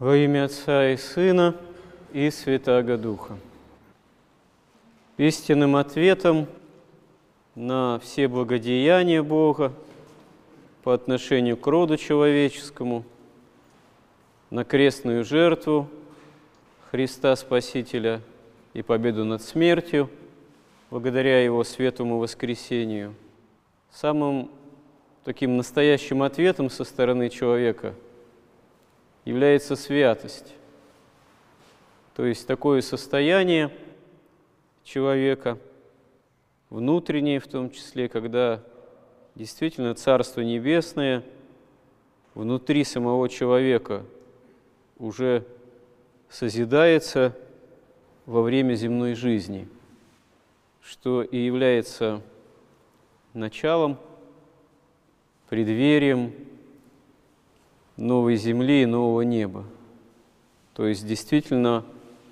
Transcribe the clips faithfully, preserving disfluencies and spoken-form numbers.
Во имя Отца и Сына и Святаго Духа. Истинным ответом на все благодеяния Бога по отношению к роду человеческому, на крестную жертву Христа Спасителя и победу над смертью, благодаря Его светлому воскресению, самым таким настоящим ответом со стороны человека является святость. То есть такое состояние человека, внутреннее в том числе, когда действительно Царство Небесное внутри самого человека уже созидается во время земной жизни, что и является началом, преддверием новой земли и нового неба. То есть действительно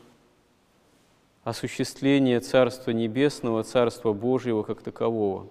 осуществление Царства Небесного, Царства Божьего как такового.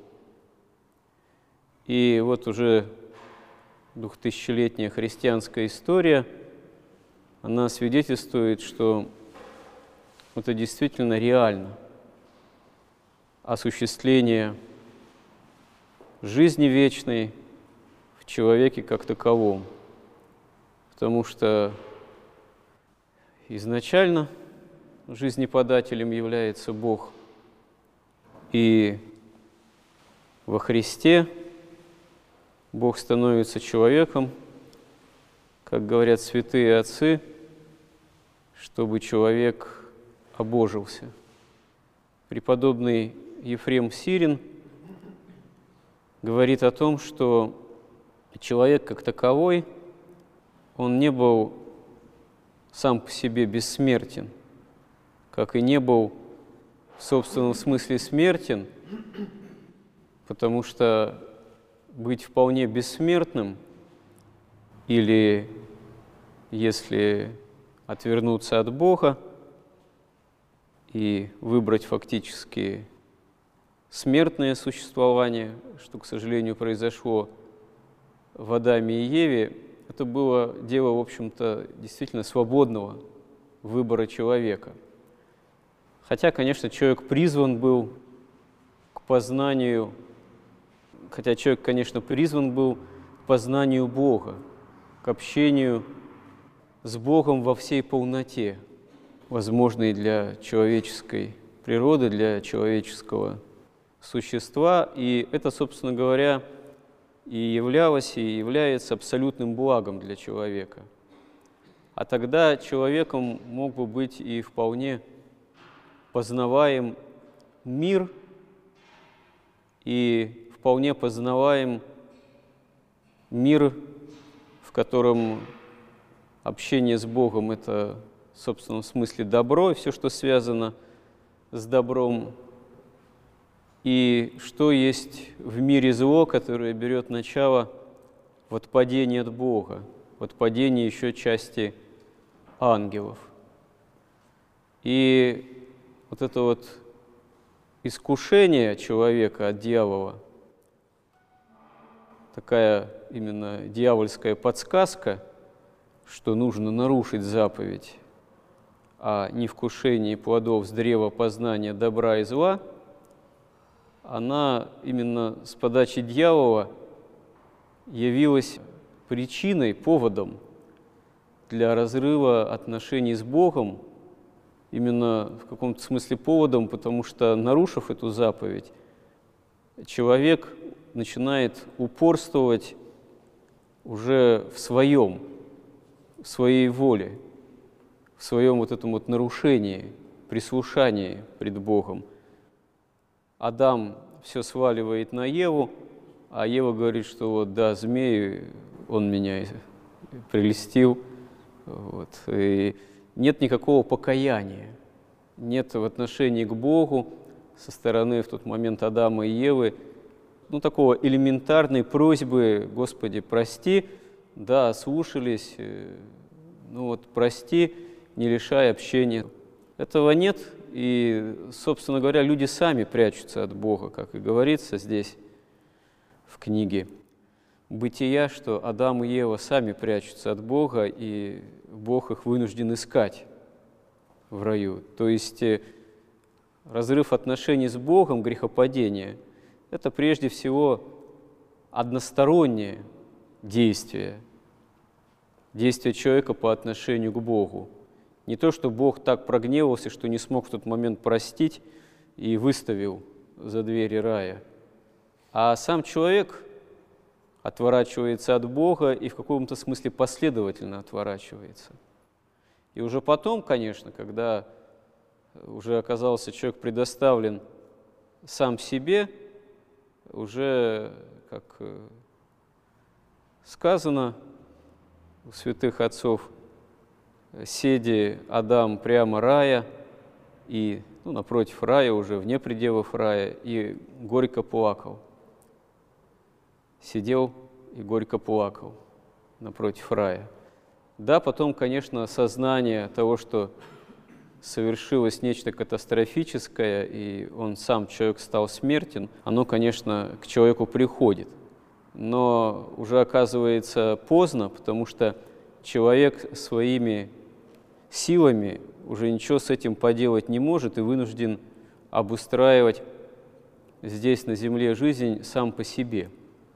И вот уже двухтысячелетняя христианская история, она свидетельствует, что это действительно реально. Осуществление жизни вечной в человеке как таковом. Потому что изначально жизнеподателем является Бог. И во Христе Бог становится человеком, как говорят святые отцы, чтобы человек обожился. Преподобный Ефрем Сирин говорит о том, что человек как таковой, он не был сам по себе бессмертен, как и не был в собственном смысле смертен, потому что быть вполне бессмертным или, если отвернуться от Бога и выбрать фактически смертное существование, что, к сожалению, произошло в Адаме и Еве, это было дело, в общем-то, действительно свободного выбора человека. Хотя, конечно, человек призван был к познанию, хотя человек, конечно, призван был к познанию Бога, к общению с Богом во всей полноте, возможной для человеческой природы, для человеческого существа. И это, собственно говоря, и являлось, и является абсолютным благом для человека. А тогда человеком мог бы быть и вполне познаваем мир, и вполне познаваем мир, в котором общение с Богом – это в собственном смысле добро, и все, что связано с добром, и что есть в мире зло, которое берет начало в отпадении от Бога, в отпадении еще части ангелов. И вот это вот искушение человека от дьявола, такая именно дьявольская подсказка, что нужно нарушить заповедь о невкушении плодов с древа познания добра и зла, она именно с подачи дьявола явилась причиной, поводом для разрыва отношений с Богом, именно в каком-то смысле поводом, потому что, нарушив эту заповедь, человек начинает упорствовать уже в своем, в своей воле, в своем вот этом вот нарушении, прислушании пред Богом. Адам все сваливает на Еву, а Ева говорит, что вот да, змей, он меня прелестил. Вот. И нет никакого покаяния, нет в отношении к Богу со стороны в тот момент Адама и Евы, ну, такого элементарной просьбы: Господи, прости, да, слушались, ну вот прости, не лишай общения. Этого нет. И, собственно говоря, люди сами прячутся от Бога, как и говорится здесь в книге. Бытия, что Адам и Ева сами прячутся от Бога, и Бог их вынужден искать в раю. То есть разрыв отношений с Богом, грехопадение – это прежде всего одностороннее действие, действие человека по отношению к Богу. Не то, что Бог так прогневался, что не смог в тот момент простить и выставил за двери рая, а сам человек отворачивается от Бога и в каком-то смысле последовательно отворачивается. И уже потом, конечно, когда уже оказался человек предоставлен сам себе, уже, как сказано у святых отцов, седи Адам прямо рая, и ну, напротив рая, уже вне пределов рая, и горько плакал. Сидел и горько плакал напротив рая. Да, потом, конечно, сознание того, что совершилось нечто катастрофическое, и он сам, человек, стал смертен, оно, конечно, к человеку приходит. Но уже оказывается поздно, потому что человек своими силами уже ничего с этим поделать не может и вынужден обустраивать здесь, на земле, жизнь сам по себе.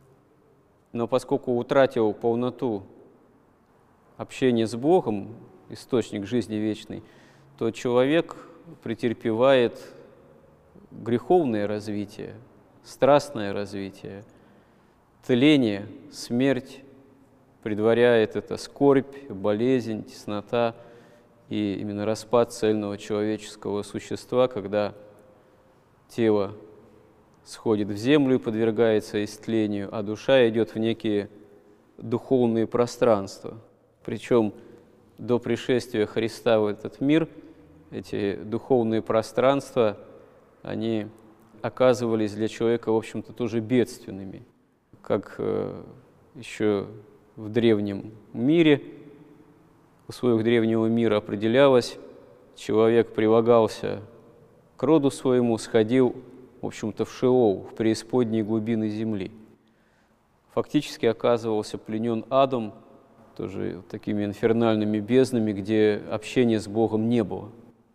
Но поскольку утратил полноту общения с Богом, источник жизни вечной, то человек претерпевает греховное развитие, страстное развитие, тление, смерть, предваряет это скорбь, болезнь, теснота и именно распад цельного человеческого существа, когда тело сходит в землю и подвергается истлению, а душа идет в некие духовные пространства. Причем до пришествия Христа в этот мир эти духовные пространства, они оказывались для человека, в общем-то, тоже бедственными. Как э, еще в древнем мире, в условиях древнего мира определялось, человек прилагался к роду своему, сходил, в общем-то, в Шеол, в преисподние глубины земли. Фактически оказывался пленен адом, тоже такими инфернальными безднами, где общения с Богом не было.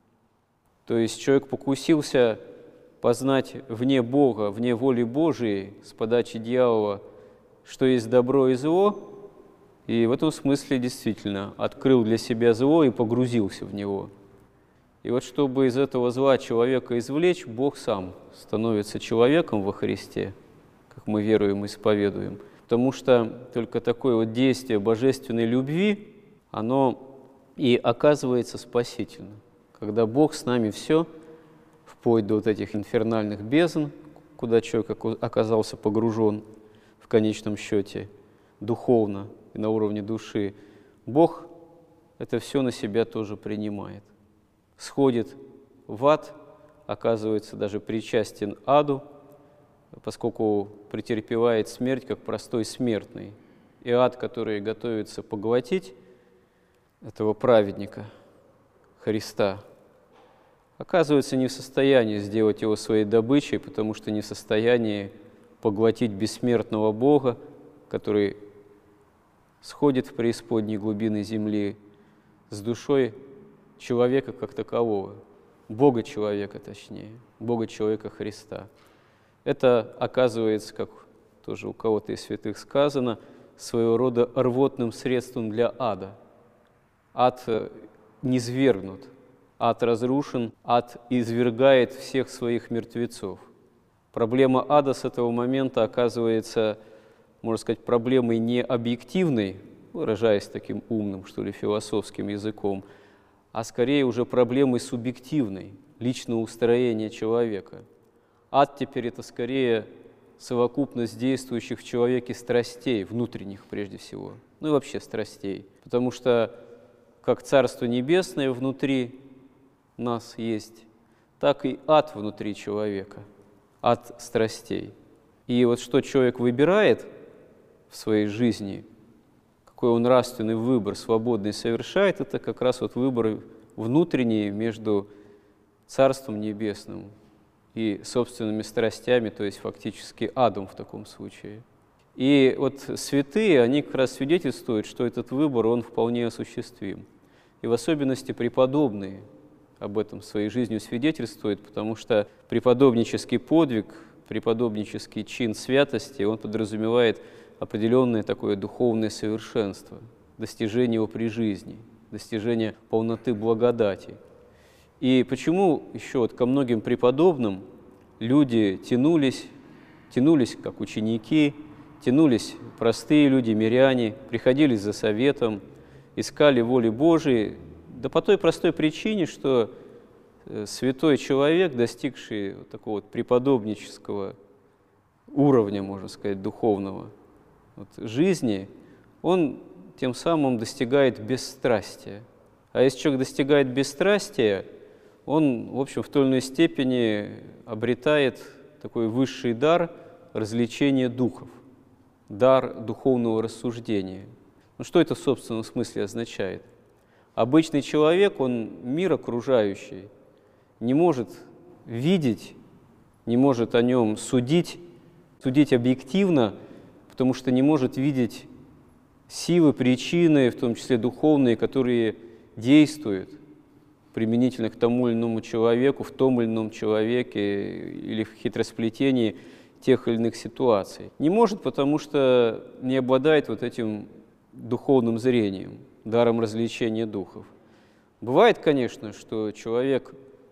То есть человек покусился познать вне Бога, вне воли Божией, с подачи дьявола, что есть добро и зло, и в этом смысле действительно открыл для себя зло и погрузился в него. И вот чтобы из этого зла человека извлечь, Бог сам становится человеком во Христе, как мы веруем и исповедуем, потому что только такое вот действие божественной любви, оно и оказывается спасительным. Когда Бог с нами все, вплоть до вот этих инфернальных бездн, куда человек оказался погружен в конечном счете духовно и на уровне души, Бог это все на себя тоже принимает. Сходит в ад, оказывается даже причастен аду, поскольку претерпевает смерть как простой смертный. И ад, который готовится поглотить этого праведника, Христа, оказывается не в состоянии сделать его своей добычей, потому что не в состоянии поглотить бессмертного Бога, который сходит в преисподние глубины земли с душой человека как такового, Бога-человека точнее, Бога-человека Христа. Это оказывается, как тоже у кого-то из святых сказано, своего рода рвотным средством для ада. Ад низвергнут, ад разрушен, ад извергает всех своих мертвецов. Проблема ада с этого момента оказывается, можно сказать, проблемой не объективной, выражаясь таким умным, что ли, философским языком, а скорее уже проблемой субъективной, личного устроения человека. Ад теперь это скорее совокупность действующих в человеке страстей, внутренних прежде всего, ну и вообще страстей. Потому что как Царство Небесное внутри нас есть, так и ад внутри человека, ад страстей. И вот что человек выбирает в своей жизни, какой он нравственный выбор свободный совершает, это как раз вот выбор внутренний между Царством Небесным и собственными страстями, то есть фактически адом в таком случае. И вот святые, они как раз свидетельствуют, что этот выбор, он вполне осуществим. И в особенности преподобные об этом своей жизнью свидетельствуют, потому что преподобнический подвиг, преподобнический чин святости, он подразумевает определенное такое духовное совершенство, достижение его при жизни, достижение полноты благодати. И почему еще вот ко многим преподобным люди тянулись, тянулись как ученики, тянулись простые люди, миряне, приходили за советом, искали воли Божией, да по той простой причине, что святой человек, достигший вот такого вот преподобнического уровня, можно сказать, духовного вот, жизни, он тем самым достигает бесстрастия. А если человек достигает бесстрастия, он, в общем, в той или иной степени обретает такой высший дар развлечения духов, дар духовного рассуждения. Ну, что это в собственном смысле означает? Обычный человек, он мир окружающий не может видеть, не может о нем судить, судить объективно, потому что не может видеть силы, причины, в том числе духовные, которые действуют применительно к тому или иному человеку, в том или ином человеке или в хитросплетении тех или иных ситуаций. Не может, потому что не обладает вот этим духовным зрением, даром развлечения духов. Бывает, конечно, что человек,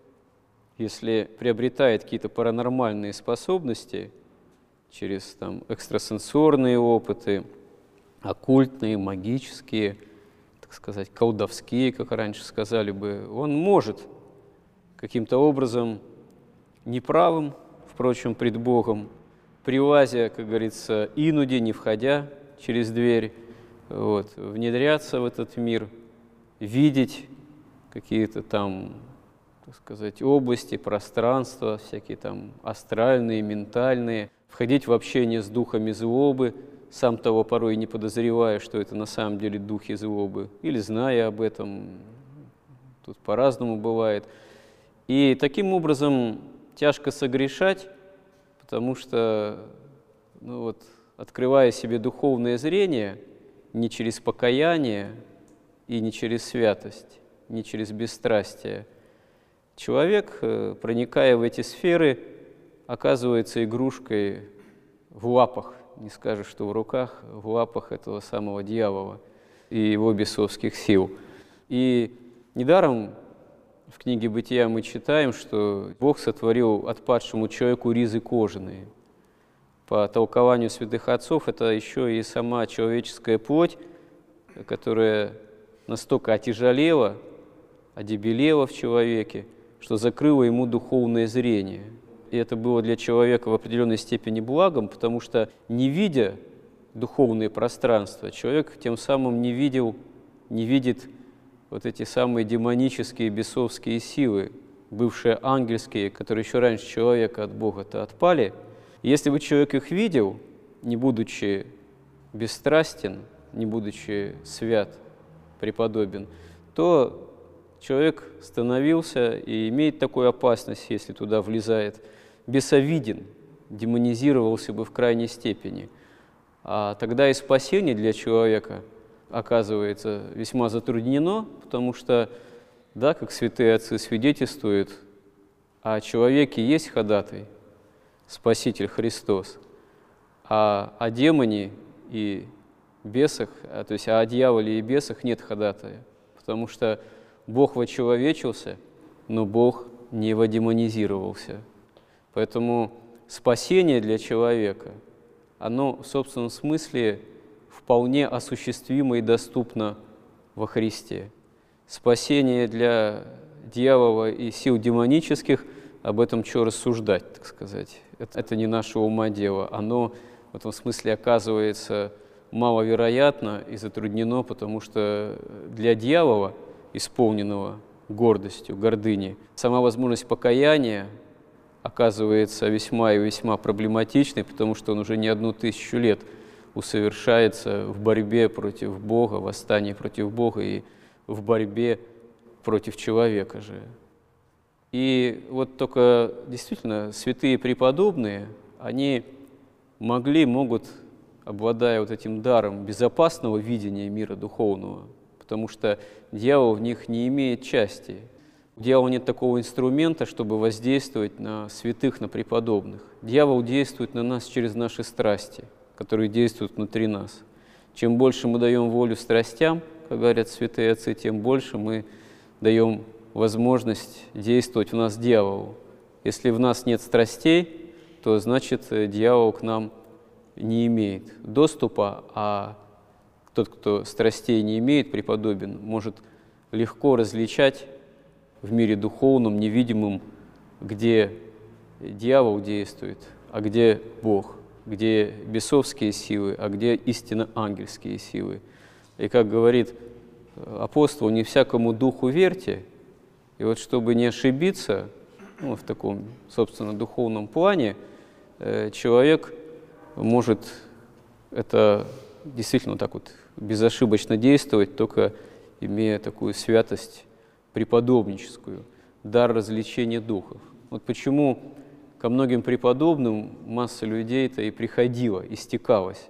если приобретает какие-то паранормальные способности через там, экстрасенсорные опыты, оккультные, магические, так сказать, колдовские, как раньше сказали бы, он может каким-то образом неправым, впрочем, пред Богом, прилазя, как говорится, инуди, не входя через дверь, вот, внедряться в этот мир, видеть какие-то там, так сказать, области, пространства, всякие там астральные, ментальные, входить в общение с духами злобы, сам того порой не подозревая, что это на самом деле духи злобы, или зная об этом, тут по-разному бывает. И таким образом тяжко согрешать, потому что, ну вот, открывая себе духовное зрение, не через покаяние и не через святость, не через бесстрастие, человек, проникая в эти сферы, оказывается игрушкой в лапах, не скажешь, что в руках, в лапах этого самого дьявола и его бесовских сил. И недаром в книге «Бытия» мы читаем, что Бог сотворил отпадшему человеку ризы кожаные. По толкованию святых отцов, это еще и сама человеческая плоть, которая настолько отяжелела, одебелела в человеке, что закрыло ему духовное зрение. И это было для человека в определенной степени благом, потому что, не видя духовное пространство, человек тем самым не видел, не видит вот эти самые демонические, бесовские силы, бывшие ангельские, которые еще раньше человека от Бога-то отпали. И если бы человек их видел, не будучи бесстрастен, не будучи свят, преподобен, то человек становился и имеет такую опасность, если туда влезает, бесовиден, демонизировался бы в крайней степени. А тогда и спасение для человека оказывается весьма затруднено, потому что, да, как святые отцы свидетельствуют, о человеке есть ходатай, Спаситель Христос, а о демоне и бесах, то есть о дьяволе и бесах нет ходатая, потому что Бог вочеловечился, но Бог не водемонизировался. Поэтому спасение для человека, оно в собственном смысле вполне осуществимо и доступно во Христе. Спасение для дьявола и сил демонических, об этом что рассуждать, так сказать. Это, это не наше ума дело. Оно в этом смысле оказывается маловероятно и затруднено, потому что для дьявола, исполненного гордостью, гордыней, сама возможность покаяния оказывается весьма и весьма проблематичной, потому что он уже не одну тысячу лет усовершается в борьбе против Бога, в восстании против Бога и в борьбе против человека же. И вот только действительно святые преподобные, они могли, могут обладая вот этим даром безопасного видения мира духовного, потому что дьявол в них не имеет части. У дьявола нет такого инструмента, чтобы воздействовать на святых, на преподобных. Дьявол действует на нас через наши страсти, которые действуют внутри нас. Чем больше мы даем волю страстям, как говорят святые отцы, тем больше мы даем возможность действовать в нас дьяволу. Если в нас нет страстей, то значит дьявол к нам не имеет доступа, а тот, кто страстей не имеет, преподобен, может легко различать в мире духовном, невидимом, где дьявол действует, а где Бог, где бесовские силы, а где истинно ангельские силы. И как говорит апостол, не всякому духу верьте. И вот чтобы не ошибиться, ну, в таком, собственно, духовном плане, человек может это действительно так вот безошибочно действовать, только имея такую святость преподобническую, дар развлечения духов. Вот почему ко многим преподобным масса людей-то и приходила, и стекалась.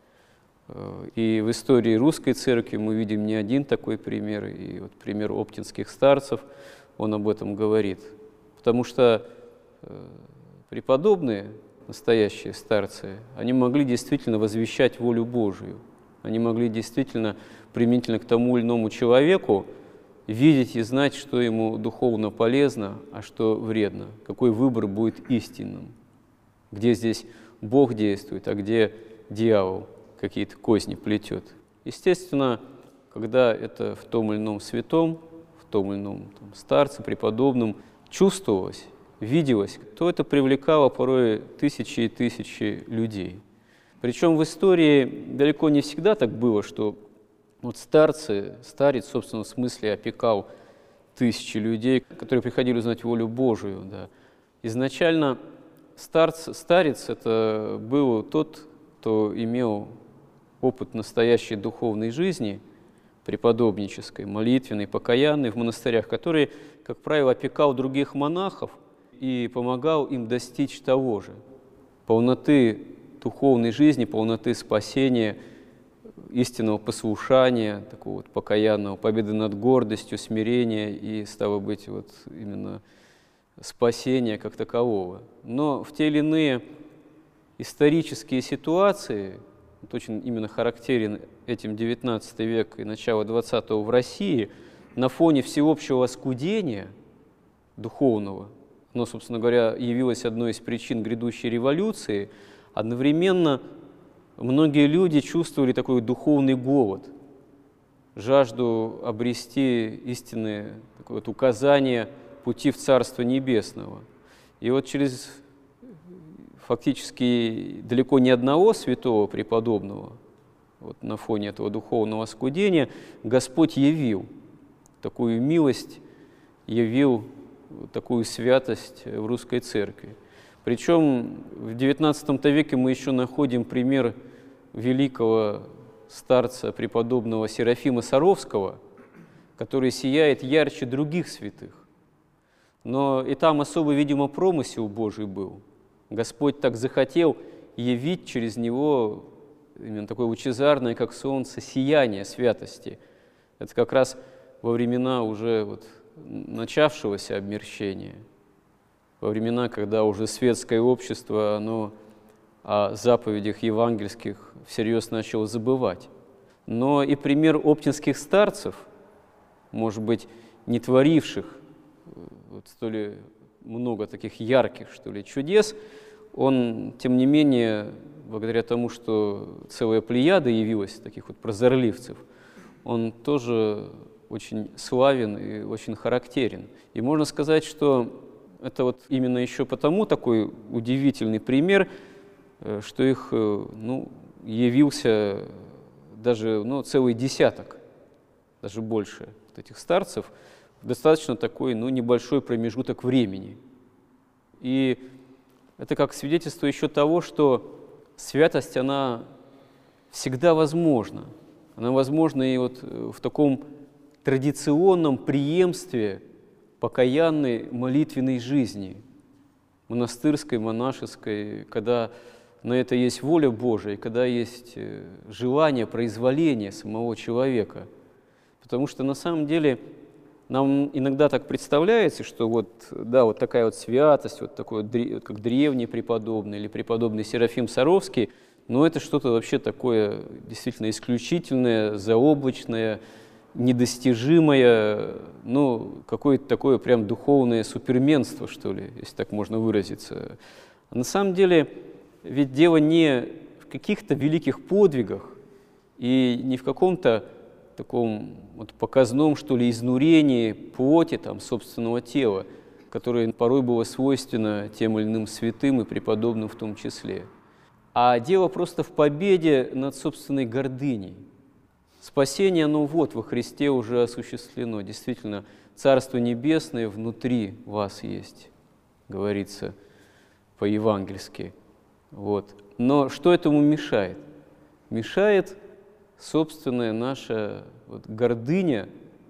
И в истории русской церкви мы видим не один такой пример, и вот пример оптинских старцев, он об этом говорит. Потому что преподобные, настоящие старцы, они могли действительно возвещать волю Божию. Они могли действительно, применительно к тому или иному человеку, видеть и знать, что ему духовно полезно, а что вредно, какой выбор будет истинным, где здесь Бог действует, а где дьявол какие-то козни плетет. Естественно, когда это в том или ином святом, в том или ином там, старце, преподобном чувствовалось, виделось, то это привлекало порой тысячи и тысячи людей. Причем в истории далеко не всегда так было, что вот старцы, старец, в собственном смысле, опекал тысячи людей, которые приходили узнать волю Божию. Да. Изначально старц, старец – это был тот, кто имел опыт настоящей духовной жизни, преподобнической, молитвенной, покаянной в монастырях, который, как правило, опекал других монахов и помогал им достичь того же – полноты духовной жизни, полноты спасения, истинного послушания, такого вот покаянного, победы над гордостью, смирения и, стало быть, вот именно спасения как такового. Но в те или иные исторические ситуации, вот очень именно характерен этим девятнадцатый век и начало двадцатого в России, на фоне всеобщего оскудения духовного, оно, собственно говоря, явилось одной из причин грядущей революции, одновременно многие люди чувствовали такой духовный голод, жажду обрести истинные такое вот указания пути в Царство Небесного. И вот через фактически далеко не одного святого преподобного, вот на фоне этого духовного оскудения, Господь явил такую милость, явил такую святость в русской церкви. Причем в девятнадцатом веке мы еще находим пример великого старца преподобного Серафима Саровского, который сияет ярче других святых. Но и там особо, видимо, промысел Божий был. Господь так захотел явить через него именно такое лучезарное, как солнце, сияние святости. Это как раз во времена уже вот начавшегося обмерщения, во времена, когда уже светское общество, оно о заповедях евангельских всерьез начало забывать. Но и пример оптинских старцев, может быть, не творивших вот столь много таких ярких, что ли, чудес, он, тем не менее, благодаря тому, что целая плеяда явилась, таких вот прозорливцев, он тоже очень славен и очень характерен. И можно сказать, что это вот именно еще потому такой удивительный пример, что их, ну, явился даже, ну, целый десяток, даже больше вот этих старцев, достаточно такой, ну, небольшой промежуток времени. И это как свидетельство еще того, что святость, она всегда возможна. Она возможна и вот в таком традиционном преемстве покаянной молитвенной жизни, монастырской, монашеской, когда на это есть воля Божия, когда есть желание произволения самого человека. Потому что на самом деле нам иногда так представляется, что вот, да, вот такая вот святость, вот такой вот, как древний преподобный или преподобный Серафим Саровский, но это что-то вообще такое действительно исключительное, заоблачное, недостижимое, ну, какое-то такое прям духовное суперменство, что ли, если так можно выразиться. А на самом деле ведь дело не в каких-то великих подвигах и не в каком-то таком вот показном, что ли, изнурении плоти, там, собственного тела, которое порой было свойственно тем или иным святым и преподобным в том числе. А дело просто в победе над собственной гордыней. Спасение, оно вот во Христе уже осуществлено. Действительно, Царство Небесное внутри вас есть, говорится по-евангельски. Вот. Но что этому мешает? Мешает собственная наша вот, гордыня,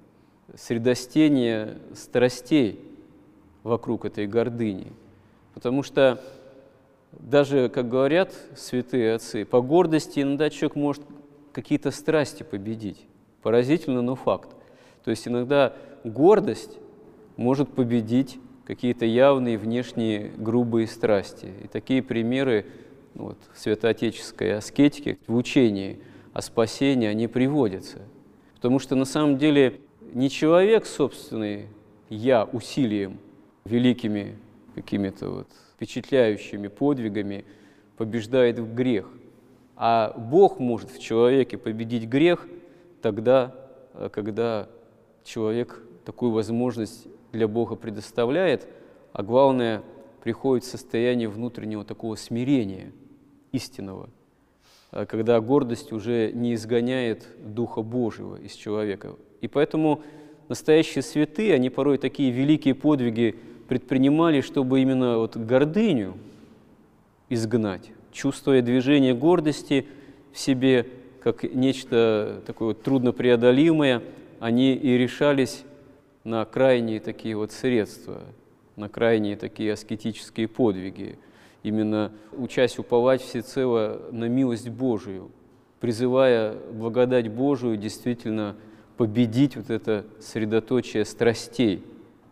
средостение страстей вокруг этой гордыни. Потому что даже, как говорят святые отцы, по гордости иногда человек может какие-то страсти победить. Поразительно, но факт. То есть иногда гордость может победить какие-то явные внешние грубые страсти. И такие примеры ну, вот, в святоотеческой аскетике, в учении о спасении, они приводятся. Потому что на самом деле не человек собственный «я» усилием, великими какими-то вот впечатляющими подвигами побеждает в грех, а Бог может в человеке победить грех тогда, когда человек такую возможность для Бога предоставляет, а главное, приходит в состояние внутреннего такого смирения истинного, когда гордость уже не изгоняет Духа Божьего из человека. И поэтому настоящие святые, они порой такие великие подвиги предпринимали, чтобы именно вот гордыню изгнать, чувствуя движение гордости в себе как нечто такое вот труднопреодолимое, они и решались на крайние такие вот средства, на крайние такие аскетические подвиги, именно учась уповать всецело на милость Божию, призывая благодать Божию действительно победить вот это средоточие страстей.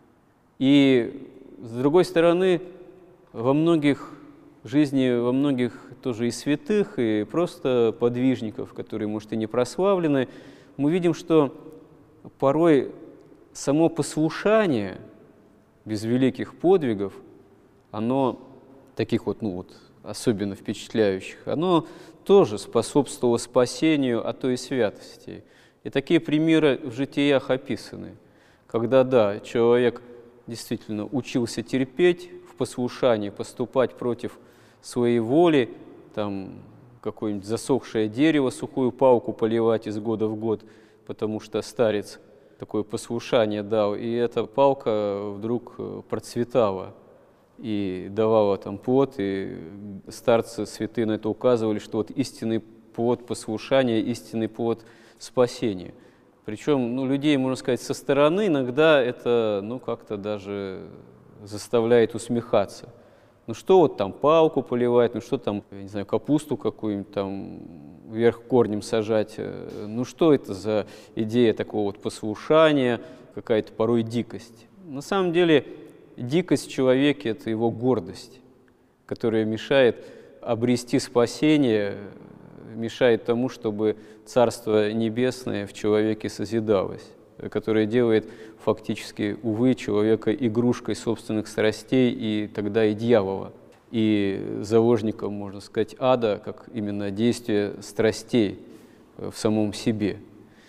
И, с другой стороны, во многих жизни, во многих тоже и святых, и просто подвижников, которые, может, и не прославлены, мы видим, что порой само послушание без великих подвигов, оно, таких вот, ну вот, особенно впечатляющих, оно тоже способствовало спасению, а то и святости. И такие примеры в житиях описаны, когда, да, человек действительно учился терпеть в послушании, поступать против своей воли, там какое-нибудь засохшее дерево, сухую палку поливать из года в год, потому что старец такое послушание дал, и эта палка вдруг процветала и давала там плод, и старцы святые на это указывали, что вот истинный плод послушания, истинный плод спасения. Причем, ну, людей, можно сказать, со стороны иногда это, ну, как-то даже заставляет усмехаться. Ну, что вот там палку поливать, ну, что там, я не знаю, капусту какую-нибудь там вверх корнем сажать. Ну, что это за идея такого вот послушания, какая-то порой дикость. На самом деле, дикость в человеке – это его гордость, которая мешает обрести спасение, мешает тому, чтобы Царство Небесное в человеке созидалось, которое делает фактически, увы, человека игрушкой собственных страстей и тогда и дьявола, и заложником, можно сказать, ада, как именно действие страстей в самом себе.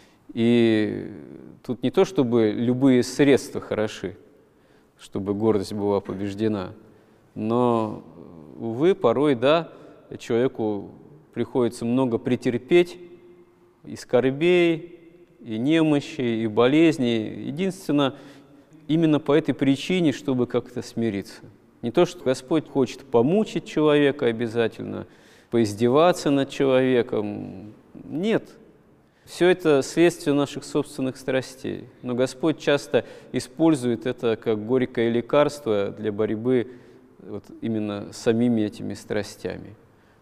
И тут не то, чтобы любые средства хороши, чтобы гордость была побеждена, но, увы, порой, да, человеку приходится много претерпеть и скорбей, и немощи, и болезней. Единственно, именно по этой причине, чтобы как-то смириться. Не то, что Господь хочет помучить человека обязательно, поиздеваться над человеком. Нет. Все это следствие наших собственных страстей. Но Господь часто использует это как горькое лекарство для борьбы вот именно с самими этими страстями.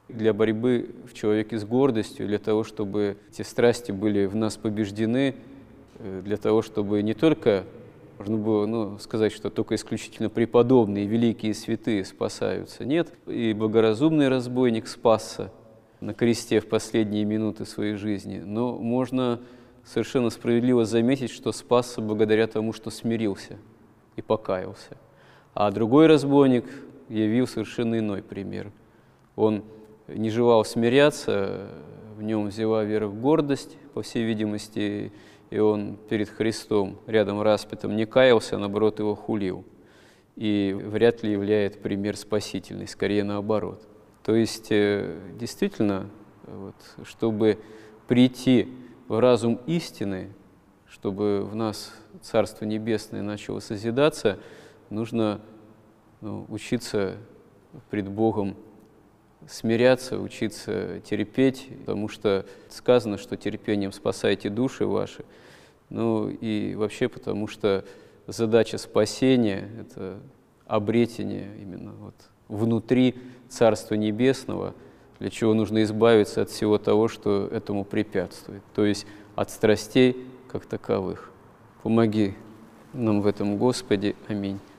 для борьбы в человеке с гордостью, для того, чтобы эти страсти были в нас побеждены, для того, чтобы не только можно было ну, сказать, что только исключительно преподобные, великие святые спасаются. Нет, и благоразумный разбойник спасся на кресте в последние минуты своей жизни, но можно совершенно справедливо заметить, что спасся благодаря тому, что смирился и покаялся. А другой разбойник явил совершенно иной пример. Он не желал смиряться, в нем взяла верх гордость, по всей видимости, и он перед Христом рядом распятым не каялся, а наоборот его хулил. И вряд ли являет пример спасительный, скорее наоборот. То есть, действительно, вот, чтобы прийти в разум истины, чтобы в нас Царство Небесное начало созидаться, нужно ну, учиться пред Богом смиряться, учиться терпеть, потому что сказано, что терпением спасаете души ваши. Ну и вообще потому что задача спасения – это обретение именно вот внутри Царства Небесного, для чего нужно избавиться от всего того, что этому препятствует, то есть от страстей как таковых. Помоги нам в этом, Господи. Аминь.